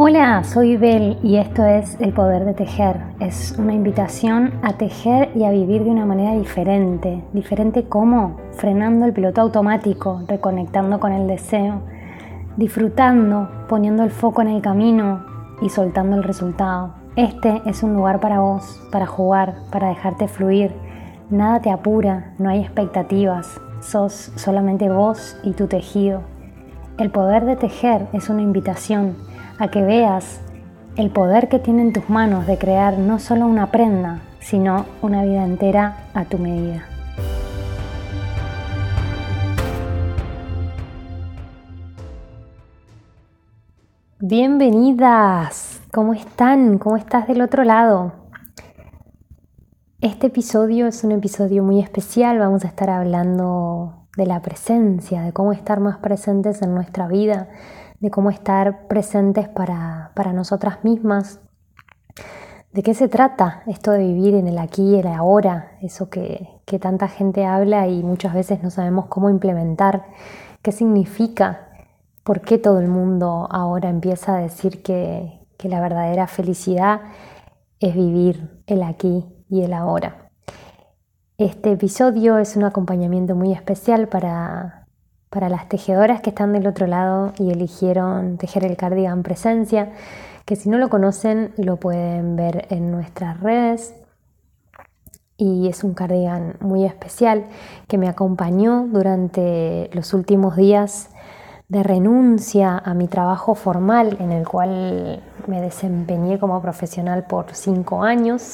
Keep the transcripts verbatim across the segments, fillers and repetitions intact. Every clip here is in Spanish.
Hola, soy Bel y esto es El Poder de Tejer. Es una invitación a tejer y a vivir de una manera diferente. ¿Diferente cómo? Frenando el piloto automático, reconectando con el deseo, disfrutando, poniendo el foco en el camino y soltando el resultado. Este es un lugar para vos, para jugar, para dejarte fluir. Nada te apura, no hay expectativas. Sos solamente vos y tu tejido. El poder de tejer es una invitación a que veas el poder que tiene en tus manos de crear no solo una prenda, sino una vida entera a tu medida. Bienvenidas, ¿cómo están? ¿Cómo estás del otro lado? Este episodio es un episodio muy especial. Vamos a estar hablando de la presencia, de cómo estar más presentes en nuestra vida, de cómo estar presentes para, para nosotras mismas. ¿De qué se trata esto de vivir en el aquí y el ahora? Eso que, que tanta gente habla y muchas veces no sabemos cómo implementar. ¿Qué significa? ¿Por qué todo el mundo ahora empieza a decir que, que la verdadera felicidad es vivir el aquí y el ahora? Este episodio es un acompañamiento muy especial para, para las tejedoras que están del otro lado y eligieron tejer el cardigan Presencia, que si no lo conocen lo pueden ver en nuestras redes. Y es un cardigan muy especial que me acompañó durante los últimos días de renuncia a mi trabajo formal, en el cual me desempeñé como profesional por cinco años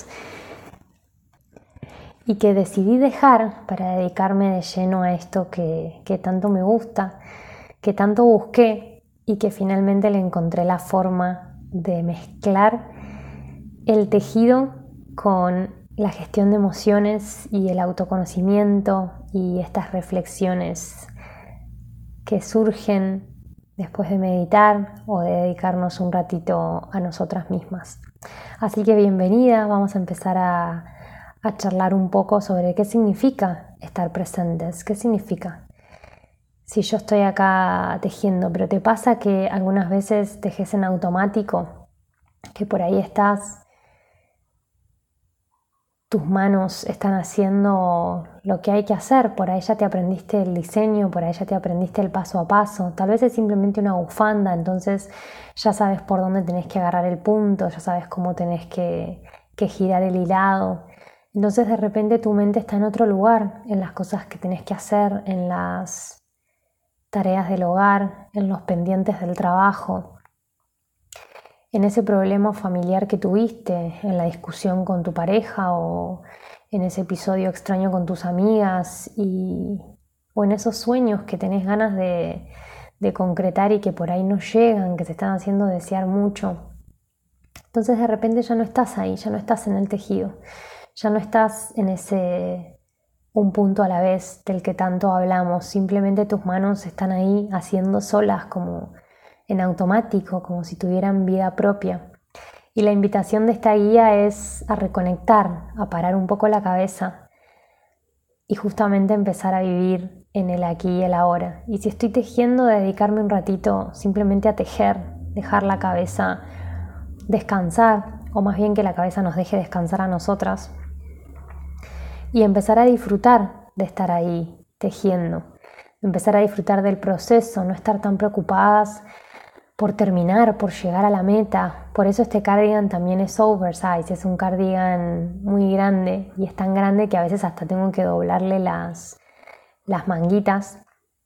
y que decidí dejar para dedicarme de lleno a esto que, que tanto me gusta, que tanto busqué y que finalmente le encontré la forma de mezclar el tejido con la gestión de emociones y el autoconocimiento y estas reflexiones que surgen después de meditar o de dedicarnos un ratito a nosotras mismas. Así que bienvenida, vamos a empezar a, a charlar un poco sobre qué significa estar presentes, qué significa. Si yo estoy acá tejiendo, pero te pasa que algunas veces tejes en automático, que por ahí estás, tus manos están haciendo lo que hay que hacer, por ahí ya te aprendiste el diseño, por ahí ya te aprendiste el paso a paso, tal vez es simplemente una bufanda, entonces ya sabes por dónde tenés que agarrar el punto, ya sabes cómo tenés que, que girar el hilado, entonces de repente tu mente está en otro lugar, en las cosas que tenés que hacer, en las tareas del hogar, en los pendientes del trabajo, en ese problema familiar que tuviste, en la discusión con tu pareja o en ese episodio extraño con tus amigas y, o en esos sueños que tenés ganas de, de concretar y que por ahí no llegan, que te están haciendo desear mucho. Entonces de repente ya no estás ahí, ya no estás en el tejido, ya no estás en ese un punto a la vez del que tanto hablamos, simplemente tus manos están ahí haciendo solas como en automático, como si tuvieran vida propia. Y la invitación de esta guía es a reconectar, a parar un poco la cabeza y justamente empezar a vivir en el aquí y el ahora. Y si estoy tejiendo, dedicarme un ratito simplemente a tejer, dejar la cabeza descansar, o más bien que la cabeza nos deje descansar a nosotras y empezar a disfrutar de estar ahí tejiendo, empezar a disfrutar del proceso, no estar tan preocupadas por terminar, por llegar a la meta. Por eso este cardigan también es oversize, es un cardigan muy grande y es tan grande que a veces hasta tengo que doblarle las, las manguitas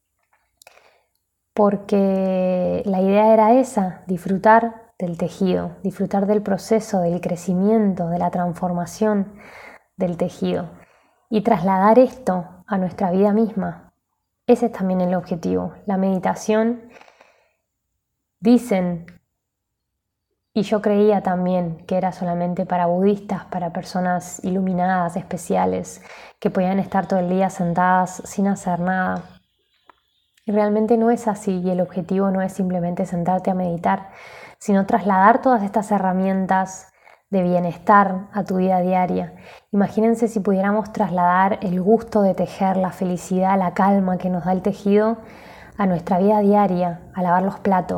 porque la idea era esa, disfrutar del tejido, disfrutar del proceso, del crecimiento, de la transformación del tejido y trasladar esto a nuestra vida misma. Ese es también el objetivo. La meditación, dicen, y yo creía también que era solamente para budistas, para personas iluminadas, especiales, que podían estar todo el día sentadas sin hacer nada. Y realmente no es así, y el objetivo no es simplemente sentarte a meditar, sino trasladar todas estas herramientas de bienestar a tu vida diaria. Imagínense si pudiéramos trasladar el gusto de tejer, la felicidad, la calma que nos da el tejido a nuestra vida diaria, a lavar los platos,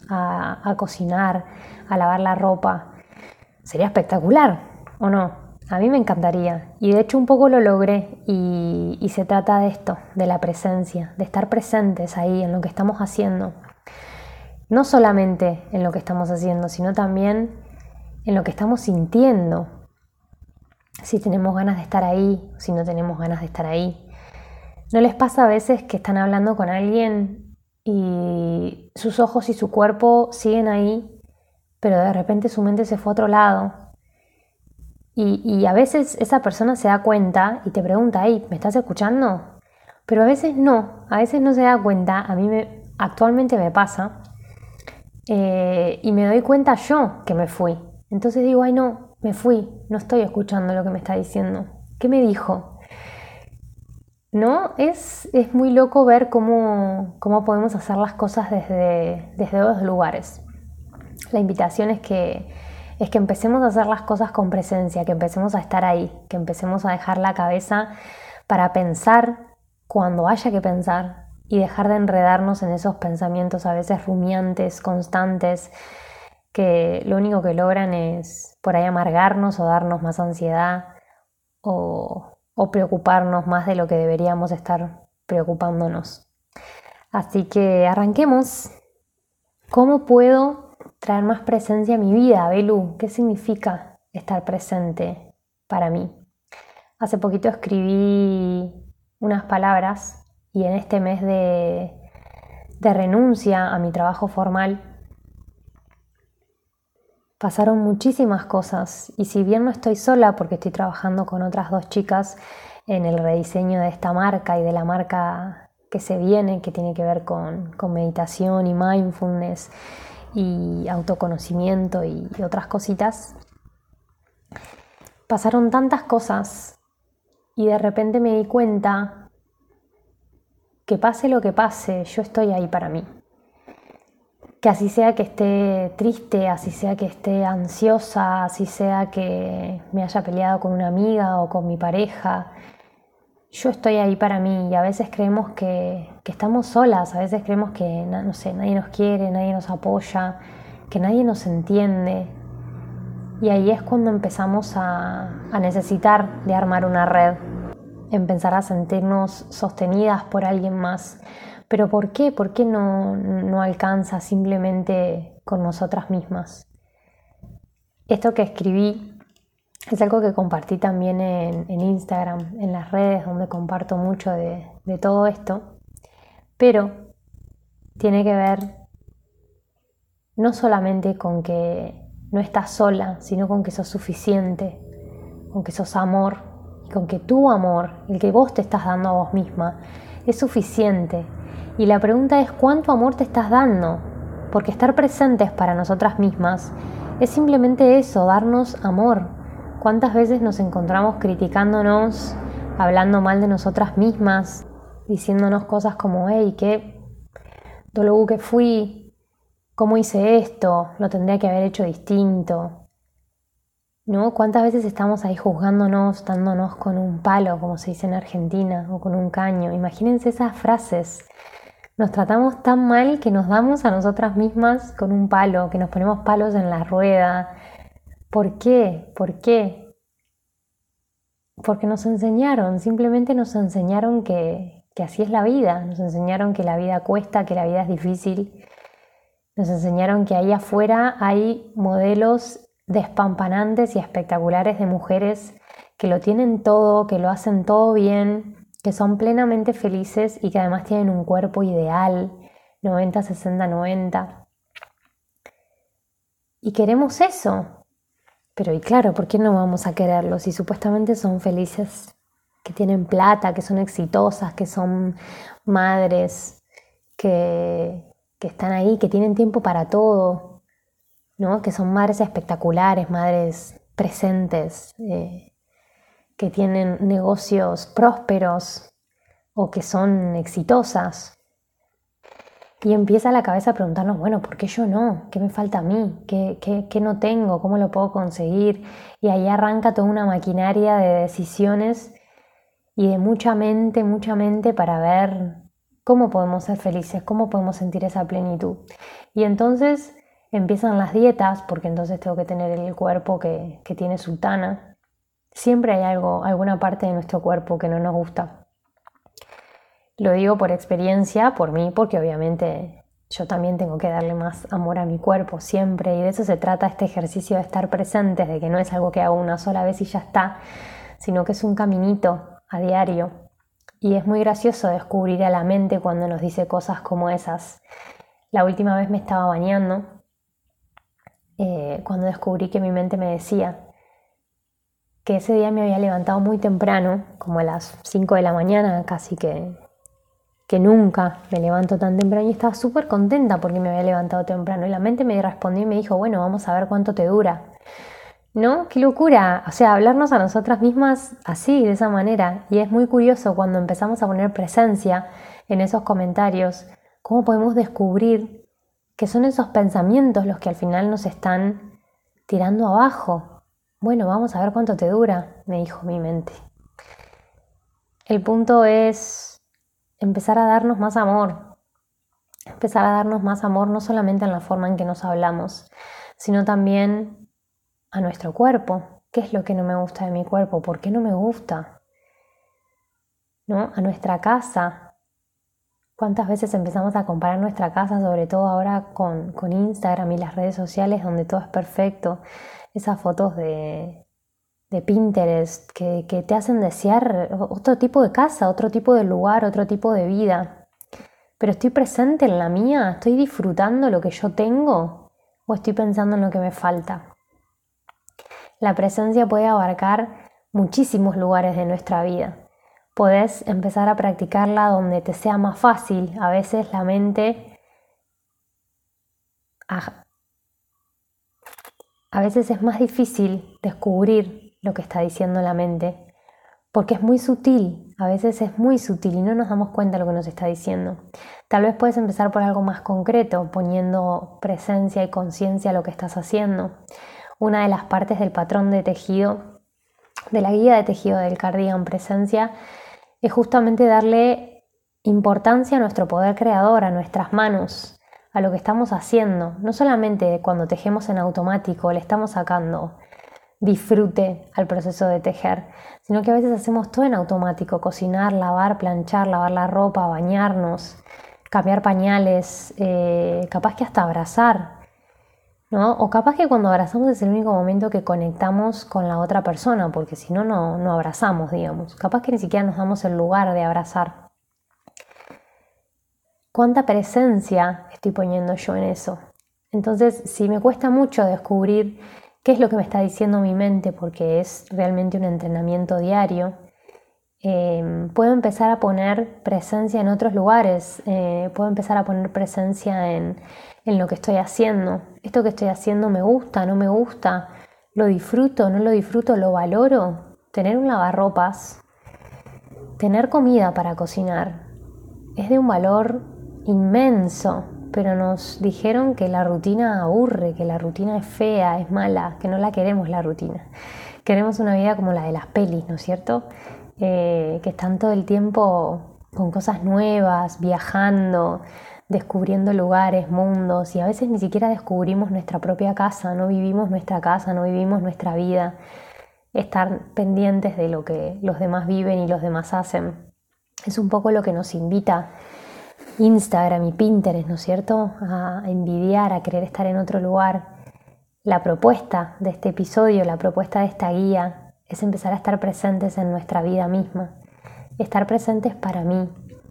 a, a cocinar, a lavar la ropa. Sería espectacular, ¿o no? A mí me encantaría. Y de hecho un poco lo logré. Y, y se trata de esto, de la presencia, de estar presentes ahí en lo que estamos haciendo. No solamente en lo que estamos haciendo, sino también en lo que estamos sintiendo. Si tenemos ganas de estar ahí, si no tenemos ganas de estar ahí. ¿No les pasa a veces que están hablando con alguien y sus ojos y su cuerpo siguen ahí, pero de repente su mente se fue a otro lado? Y, y a veces esa persona se da cuenta y te pregunta, hey, ¿me estás escuchando? Pero a veces no, a veces no se da cuenta. A mí me, actualmente me pasa eh, y me doy cuenta yo que me fui. Entonces digo, ay no, me fui, no estoy escuchando lo que me está diciendo. ¿Qué me dijo? ¿No? Es, es muy loco ver cómo, cómo podemos hacer las cosas desde, desde dos lugares. La invitación es que, es que empecemos a hacer las cosas con presencia, que empecemos a estar ahí, que empecemos a dejar la cabeza para pensar cuando haya que pensar y dejar de enredarnos en esos pensamientos a veces rumiantes, constantes, que lo único que logran es por ahí amargarnos o darnos más ansiedad o, o preocuparnos más de lo que deberíamos estar preocupándonos. Así que arranquemos. ¿Cómo puedo traer más presencia a mi vida, Belu? ¿Qué significa estar presente para mí? Hace poquito escribí unas palabras y en este mes de, de renuncia a mi trabajo formal pasaron muchísimas cosas y si bien no estoy sola porque estoy trabajando con otras dos chicas en el rediseño de esta marca y de la marca que se viene, que tiene que ver con, con meditación y mindfulness y autoconocimiento y, y otras cositas, pasaron tantas cosas y de repente me di cuenta que pase lo que pase, yo estoy ahí para mí. Que así sea que esté triste, así sea que esté ansiosa, así sea que me haya peleado con una amiga o con mi pareja, yo estoy ahí para mí y a veces creemos que, que estamos solas, a veces creemos que no sé, nadie nos quiere, nadie nos apoya, que nadie nos entiende. Y ahí es cuando empezamos a, a necesitar de armar una red, empezar a sentirnos sostenidas por alguien más. ¿Pero por qué? ¿Por qué no, no alcanza simplemente con nosotras mismas? Esto que escribí es algo que compartí también en, en Instagram, en las redes, donde comparto mucho de, de todo esto. Pero tiene que ver no solamente con que no estás sola, sino con que sos suficiente, con que sos amor, y con que tu amor, el que vos te estás dando a vos misma, es suficiente. Y la pregunta es ¿cuánto amor te estás dando? Porque estar presentes para nosotras mismas es simplemente eso, darnos amor. ¿Cuántas veces nos encontramos criticándonos, hablando mal de nosotras mismas, diciéndonos cosas como hey, qué dolor que fui, cómo hice esto, lo tendría que haber hecho distinto? ¿No? ¿Cuántas veces estamos ahí juzgándonos, dándonos con un palo, como se dice en Argentina, o con un caño? Imagínense esas frases. Nos tratamos tan mal que nos damos a nosotras mismas con un palo, que nos ponemos palos en la rueda. ¿Por qué? ¿Por qué? Porque nos enseñaron, simplemente nos enseñaron que, que así es la vida. Nos enseñaron que la vida cuesta, que la vida es difícil. Nos enseñaron que ahí afuera hay modelos despampanantes y espectaculares de mujeres que lo tienen todo, que lo hacen todo bien, que son plenamente felices y que además tienen un cuerpo ideal, noventa, sesenta, noventa. Y queremos eso. Pero y claro, ¿por qué no vamos a quererlo si supuestamente son felices, que tienen plata, que son exitosas, que son madres, que, que están ahí, que tienen tiempo para todo, ¿no? Que son madres espectaculares, madres presentes, eh, que tienen negocios prósperos o que son exitosas? Y empieza la cabeza a preguntarnos, bueno, ¿por qué yo no? ¿Qué me falta a mí? ¿Qué, qué, qué no tengo? ¿Cómo lo puedo conseguir? Y ahí arranca toda una maquinaria de decisiones y de mucha mente, mucha mente para ver ¿Cómo podemos ser felices? ¿Cómo podemos sentir esa plenitud? Y entonces empiezan las dietas, porque entonces tengo que tener el cuerpo que, que tiene Sultana. Siempre hay algo, alguna parte de nuestro cuerpo que no nos gusta. Lo digo por experiencia, por mí, porque obviamente yo también tengo que darle más amor a mi cuerpo siempre, y de eso se trata este ejercicio de estar presentes, de que no es algo que hago una sola vez y ya está, sino que es un caminito a diario. Y es muy gracioso descubrir a la mente cuando nos dice cosas como esas. La última vez me estaba bañando, eh, cuando descubrí que mi mente me decía que ese día me había levantado muy temprano, como a las cinco de la mañana, casi que, que nunca me levanto tan temprano, y estaba súper contenta porque me había levantado temprano. Y la mente me respondió y me dijo, bueno, vamos a ver cuánto te dura. ¿No? ¡Qué locura! O sea, hablarnos a nosotras mismas así, de esa manera. Y es muy curioso cuando empezamos a poner presencia en esos comentarios, cómo podemos descubrir que son esos pensamientos los que al final nos están tirando abajo. Bueno, vamos a ver cuánto te dura, me dijo mi mente. El punto es empezar a darnos más amor. Empezar a darnos más amor no solamente en la forma en que nos hablamos, sino también a nuestro cuerpo. ¿Qué es lo que no me gusta de mi cuerpo? ¿Por qué no me gusta? ¿No? A nuestra casa. ¿Cuántas veces empezamos a comparar nuestra casa, sobre todo ahora con, con Instagram y las redes sociales donde todo es perfecto? Esas fotos de, de Pinterest que, que te hacen desear otro tipo de casa, otro tipo de lugar, otro tipo de vida. Pero ¿estoy presente en la mía? ¿Estoy disfrutando lo que yo tengo? ¿O estoy pensando en lo que me falta? La presencia puede abarcar muchísimos lugares de nuestra vida. Podés empezar a practicarla donde te sea más fácil. A veces la mente... A, a veces es más difícil descubrir lo que está diciendo la mente, porque es muy sutil. A veces es muy sutil y no nos damos cuenta de lo que nos está diciendo. Tal vez puedes empezar por algo más concreto, poniendo presencia y conciencia a lo que estás haciendo. Una de las partes del patrón de tejido, de la guía de tejido del Cardigan Presencia, es justamente darle importancia a nuestro poder creador, a nuestras manos, a lo que estamos haciendo. No solamente cuando tejemos en automático le estamos sacando disfrute al proceso de tejer, sino que a veces hacemos todo en automático: cocinar, lavar, planchar, lavar la ropa, bañarnos, cambiar pañales, eh, capaz que hasta abrazar, ¿no? O capaz que cuando abrazamos es el único momento que conectamos con la otra persona, porque si no, no, no abrazamos, digamos. Capaz que ni siquiera nos damos el lugar de abrazar. ¿Cuánta presencia estoy poniendo yo en eso? Entonces, si me cuesta mucho descubrir qué es lo que me está diciendo mi mente, porque es realmente un entrenamiento diario, eh, puedo empezar a poner presencia en otros lugares, eh, puedo empezar a poner presencia en, en lo que estoy haciendo. Esto que estoy haciendo me gusta, no me gusta, lo disfruto, no lo disfruto, lo valoro. Tener un lavarropas, tener comida para cocinar, es de un valor inmenso, pero nos dijeron que la rutina aburre, que la rutina es fea, es mala, que no la queremos la rutina. Queremos una vida como la de las pelis, ¿no es cierto? Eh, que están todo el tiempo con cosas nuevas, viajando, descubriendo lugares, mundos, y a veces ni siquiera descubrimos nuestra propia casa, no vivimos nuestra casa, no vivimos nuestra vida. Estar pendientes de lo que los demás viven y los demás hacen es un poco lo que nos invita Instagram y Pinterest, ¿no es cierto?, a envidiar, a querer estar en otro lugar. La propuesta de este episodio, la propuesta de esta guía, es empezar a estar presentes en nuestra vida misma. Estar presentes para mí,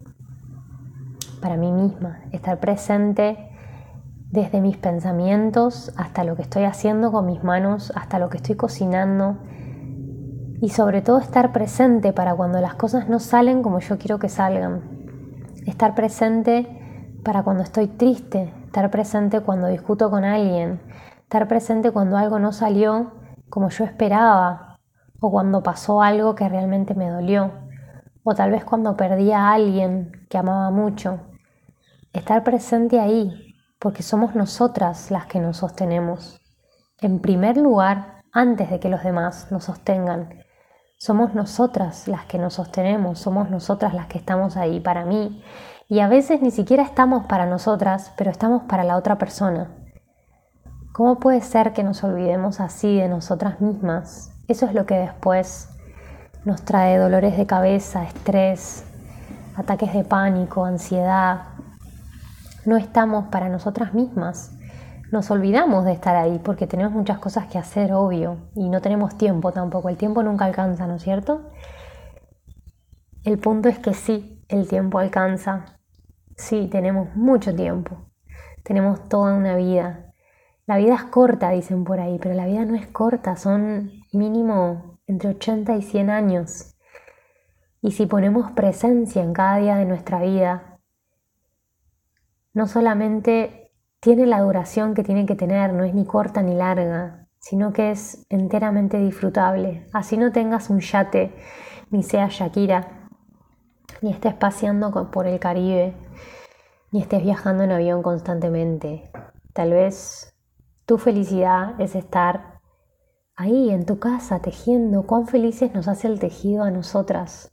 para mí misma. Estar presente desde mis pensamientos hasta lo que estoy haciendo con mis manos, hasta lo que estoy cocinando. Y sobre todo estar presente para cuando las cosas no salen como yo quiero que salgan. Estar presente para cuando estoy triste, estar presente cuando discuto con alguien, estar presente cuando algo no salió como yo esperaba, o cuando pasó algo que realmente me dolió, o tal vez cuando perdí a alguien que amaba mucho. Estar presente ahí, porque somos nosotras las que nos sostenemos. En primer lugar, antes de que los demás nos sostengan. Somos nosotras las que nos sostenemos, somos nosotras las que estamos ahí para mí. Y a veces ni siquiera estamos para nosotras, pero estamos para la otra persona. ¿Cómo puede ser que nos olvidemos así de nosotras mismas? Eso es lo que después nos trae dolores de cabeza, estrés, ataques de pánico, ansiedad. No estamos para nosotras mismas. Nos olvidamos de estar ahí porque tenemos muchas cosas que hacer, obvio, y no tenemos tiempo tampoco. El tiempo nunca alcanza, ¿no es cierto? El punto es que sí, el tiempo alcanza. Sí, tenemos mucho tiempo. Tenemos toda una vida. La vida es corta, dicen por ahí, pero la vida no es corta, son mínimo entre ochenta y cien años. Y si ponemos presencia en cada día de nuestra vida, no solamente tiene la duración que tiene que tener, no es ni corta ni larga, sino que es enteramente disfrutable. Así no tengas un yate, ni seas Shakira, ni estés paseando por el Caribe, ni estés viajando en avión constantemente. Tal vez tu felicidad es estar ahí en tu casa tejiendo. Cuán felices nos hace el tejido a nosotras.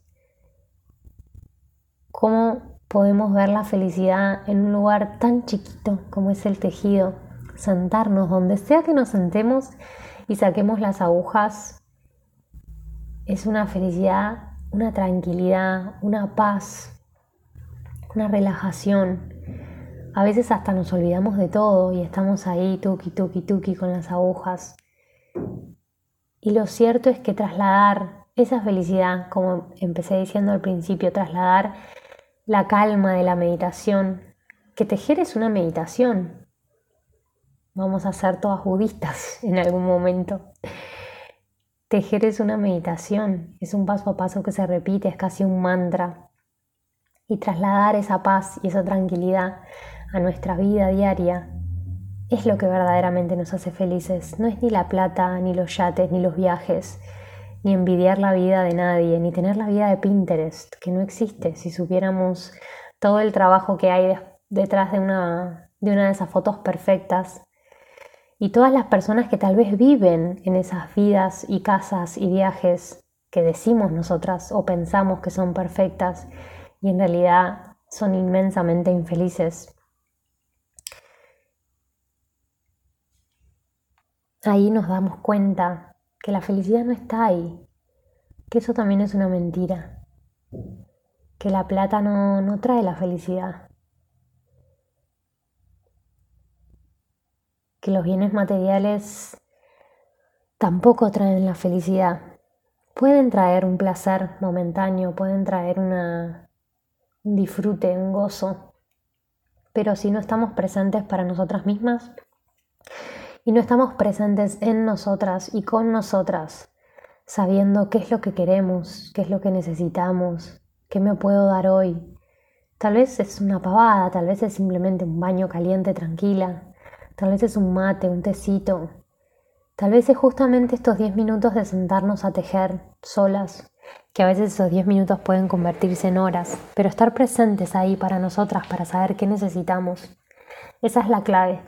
Cómo podemos ver la felicidad en un lugar tan chiquito como es el tejido. Sentarnos donde sea que nos sentemos y saquemos las agujas. Es una felicidad, una tranquilidad, una paz, una relajación. A veces hasta nos olvidamos de todo y estamos ahí tuki tuki tuki con las agujas. Y lo cierto es que trasladar esa felicidad, como empecé diciendo al principio, trasladar la calma de la meditación, que tejer es una meditación. Vamos a ser todas budistas en algún momento. Tejer es una meditación, es un paso a paso que se repite, es casi un mantra. Y trasladar esa paz y esa tranquilidad a nuestra vida diaria es lo que verdaderamente nos hace felices. No es ni la plata, ni los yates, ni los viajes, ni envidiar la vida de nadie, ni tener la vida de Pinterest, que no existe. Si supiéramos todo el trabajo que hay de, detrás de una, de una de esas fotos perfectas, y todas las personas que tal vez viven en esas vidas y casas y viajes que decimos nosotras o pensamos que son perfectas y en realidad son inmensamente infelices. Ahí nos damos cuenta que la felicidad no está ahí, que eso también es una mentira, que la plata no, no trae la felicidad, que los bienes materiales tampoco traen la felicidad. Pueden traer un placer momentáneo, pueden traer una, un disfrute, un gozo, pero si no estamos presentes para nosotras mismas y no estamos presentes en nosotras y con nosotras, sabiendo qué es lo que queremos, qué es lo que necesitamos, qué me puedo dar hoy. Tal vez es una pavada, tal vez es simplemente un baño caliente tranquila, tal vez es un mate, un tecito, tal vez es justamente estos diez minutos de sentarnos a tejer solas, que a veces esos diez minutos pueden convertirse en horas, pero estar presentes ahí para nosotras, para saber qué necesitamos, esa es la clave.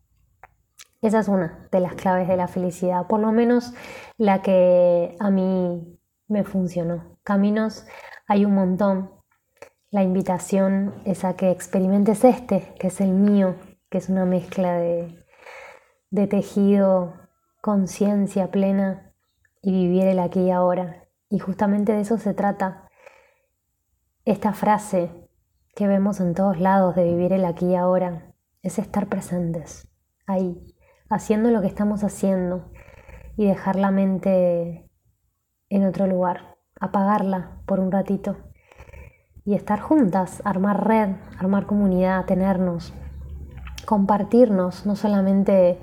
Esa es una de las claves de la felicidad, por lo menos la que a mí me funcionó. Caminos hay un montón. La invitación es a que experimentes este, que es el mío, que es una mezcla de, de tejido, conciencia plena y vivir el aquí y ahora. Y justamente de eso se trata. Esta frase que vemos en todos lados de vivir el aquí y ahora es estar presentes, ahí, haciendo lo que estamos haciendo y dejar la mente en otro lugar, apagarla por un ratito y estar juntas, armar red, armar comunidad, tenernos, compartirnos, no solamente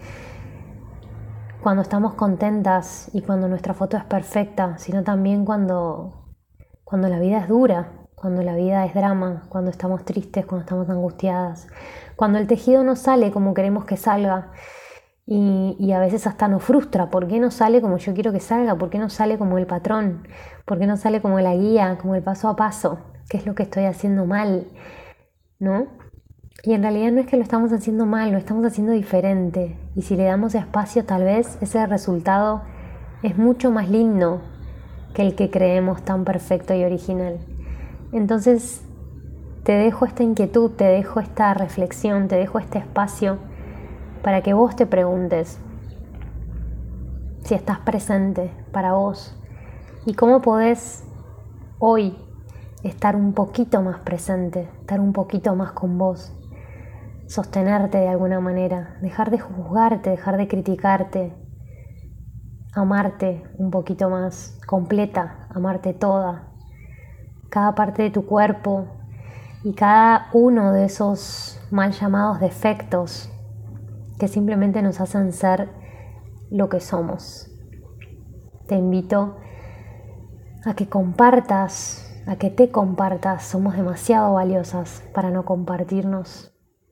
cuando estamos contentas y cuando nuestra foto es perfecta, sino también cuando, cuando la vida es dura, cuando la vida es drama, cuando estamos tristes, cuando estamos angustiadas, cuando el tejido no sale como queremos que salga. Y, y a veces hasta nos frustra. ¿Por qué no sale como yo quiero que salga? ¿Por qué no sale como el patrón? ¿Por qué no sale como la guía, como el paso a paso? ¿Qué es lo que estoy haciendo mal? ¿No? Y en realidad no es que lo estamos haciendo mal, lo estamos haciendo diferente. Y si le damos espacio, tal vez ese resultado es mucho más lindo que el que creemos tan perfecto y original. Entonces, te dejo esta inquietud, te dejo esta reflexión, te dejo este espacio para que vos te preguntes si estás presente para vos y cómo podés hoy estar un poquito más presente, estar un poquito más con vos, sostenerte de alguna manera, dejar de juzgarte, dejar de criticarte, amarte un poquito más completa, amarte toda, cada parte de tu cuerpo y cada uno de esos mal llamados defectos que simplemente nos hacen ser lo que somos. Te invito a que compartas, a que te compartas. Somos demasiado valiosas para no compartirnos.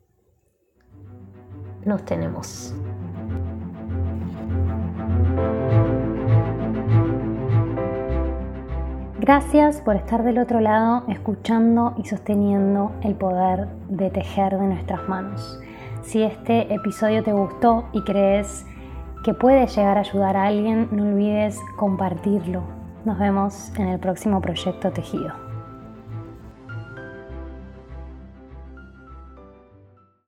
Nos tenemos. Gracias por estar del otro lado, escuchando y sosteniendo el poder de tejer de nuestras manos. Si este episodio te gustó y crees que puede llegar a ayudar a alguien, no olvides compartirlo. Nos vemos en el próximo Proyecto Tejido.